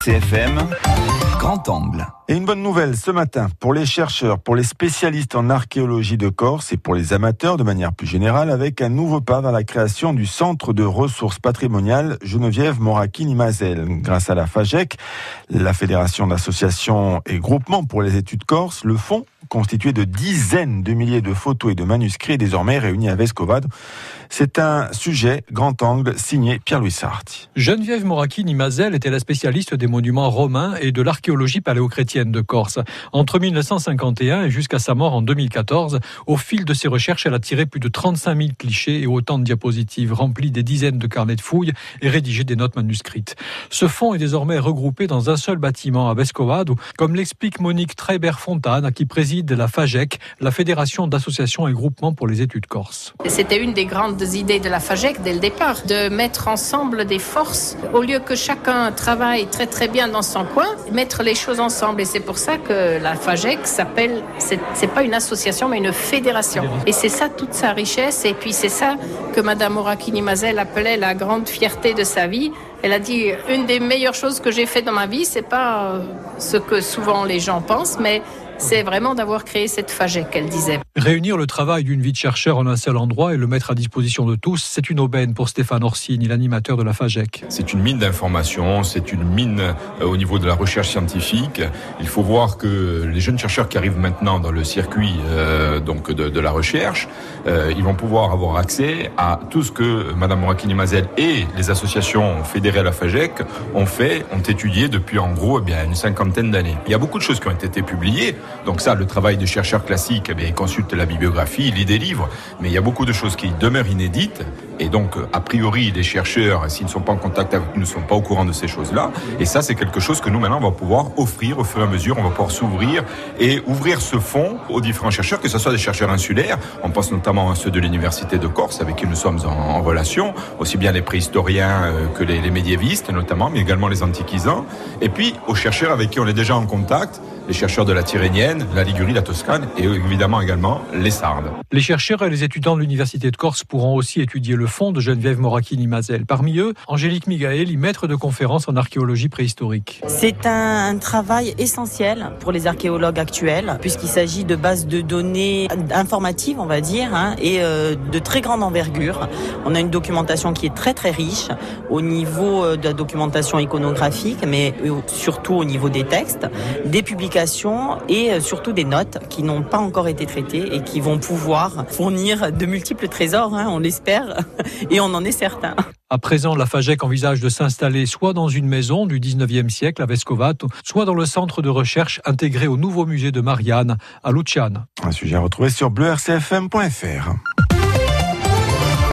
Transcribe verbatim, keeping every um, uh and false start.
C F M, Grand Angle. Et une bonne nouvelle ce matin pour les chercheurs, pour les spécialistes en archéologie de Corse et pour les amateurs de manière plus générale, avec un nouveau pas vers la création du Centre de ressources patrimoniales Geneviève Morachini-Mazel. Grâce à la FAGEC, la Fédération d'associations et groupements pour les études corses, le fonds, constitué de dizaines de milliers de photos et de manuscrits, est désormais réuni à Vescovado. C'est un sujet grand angle signé Pierre-Louis Sarti. Geneviève Morachini-Mazel était la spécialiste des monuments romains et de l'archéologie paléochrétienne de Corse. Entre mille neuf cent cinquante et un et jusqu'à sa mort en deux mille quatorze, au fil de ses recherches, elle a tiré plus de trente-cinq mille clichés et autant de diapositives, rempli des dizaines de carnets de fouilles et rédigé des notes manuscrites. Ce fonds est désormais regroupé dans un seul bâtiment à Vescovado, comme l'explique Monique Treibert-Fontane, qui préside la FAGEC, la Fédération d'associations et groupements pour les études corses. C'était une des grandes idées de la FAGEC dès le départ, de mettre ensemble des forces. Au lieu que chacun travaille très très bien dans son coin, mettre les choses ensemble. Et c'est pour ça que la FAGEC s'appelle, c'est, c'est pas une association mais une fédération. Et c'est ça toute sa richesse. Et puis c'est ça que Madame Morachini-Mazel appelait la grande fierté de sa vie. Elle a dit, une des meilleures choses que j'ai fait dans ma vie, c'est pas ce que souvent les gens pensent, mais c'est vraiment d'avoir créé cette FAGEC, qu'elle disait. Réunir le travail d'une vie de chercheur en un seul endroit et le mettre à disposition de tous, c'est une aubaine pour Stéphane Orsini, l'animateur de la FAGEC. C'est une mine d'informations, c'est une mine euh, au niveau de la recherche scientifique. Il faut voir que les jeunes chercheurs qui arrivent maintenant dans le circuit euh, donc de, de la recherche, euh, ils vont pouvoir avoir accès à tout ce que Madame Morachini-Mazel et les associations fédérées à la FAGEC ont fait, ont étudié depuis en gros eh bien, une cinquantaine d'années. Il y a beaucoup de choses qui ont été publiées. Donc ça, le travail de chercheur classique, eh bien, il consulte la bibliographie, il lit des livres, mais il y a beaucoup de choses qui demeurent inédites. Et donc, a priori, les chercheurs, s'ils ne sont pas en contact avec nous, ne sont pas au courant de ces choses-là. Et ça, c'est quelque chose que nous, maintenant, on va pouvoir offrir au fur et à mesure. On va pouvoir s'ouvrir et ouvrir ce fonds aux différents chercheurs, que ce soit des chercheurs insulaires. On pense notamment à ceux de l'Université de Corse, avec qui nous sommes en, en relation. Aussi bien les préhistoriens euh, que les, les médiévistes, notamment, mais également les antiquisants. Et puis, aux chercheurs avec qui on est déjà en contact, les chercheurs de la Tyrrhénienne, la Ligurie, la Toscane et évidemment également les Sardes. Les chercheurs et les étudiants de l'Université de Corse pourront aussi étudier le fonds de Geneviève Morachini-Mazel. Parmi eux, Angélique Migaëli, maître de conférence en archéologie préhistorique. C'est un, un travail essentiel pour les archéologues actuels, puisqu'il s'agit de bases de données informatives, on va dire, hein, et euh, de très grande envergure. On a une documentation qui est très très riche au niveau de la documentation iconographique, mais surtout au niveau des textes, des publications et surtout des notes qui n'ont pas encore été traitées et qui vont pouvoir fournir de multiples trésors, hein, on l'espère, et on en est certain. À présent, la FAGEC envisage de s'installer soit dans une maison du dix-neuvième siècle à Vescovado, soit dans le centre de recherche intégré au nouveau musée de Marianne à Luciane. Un sujet à retrouver sur bleu r c f m point f r.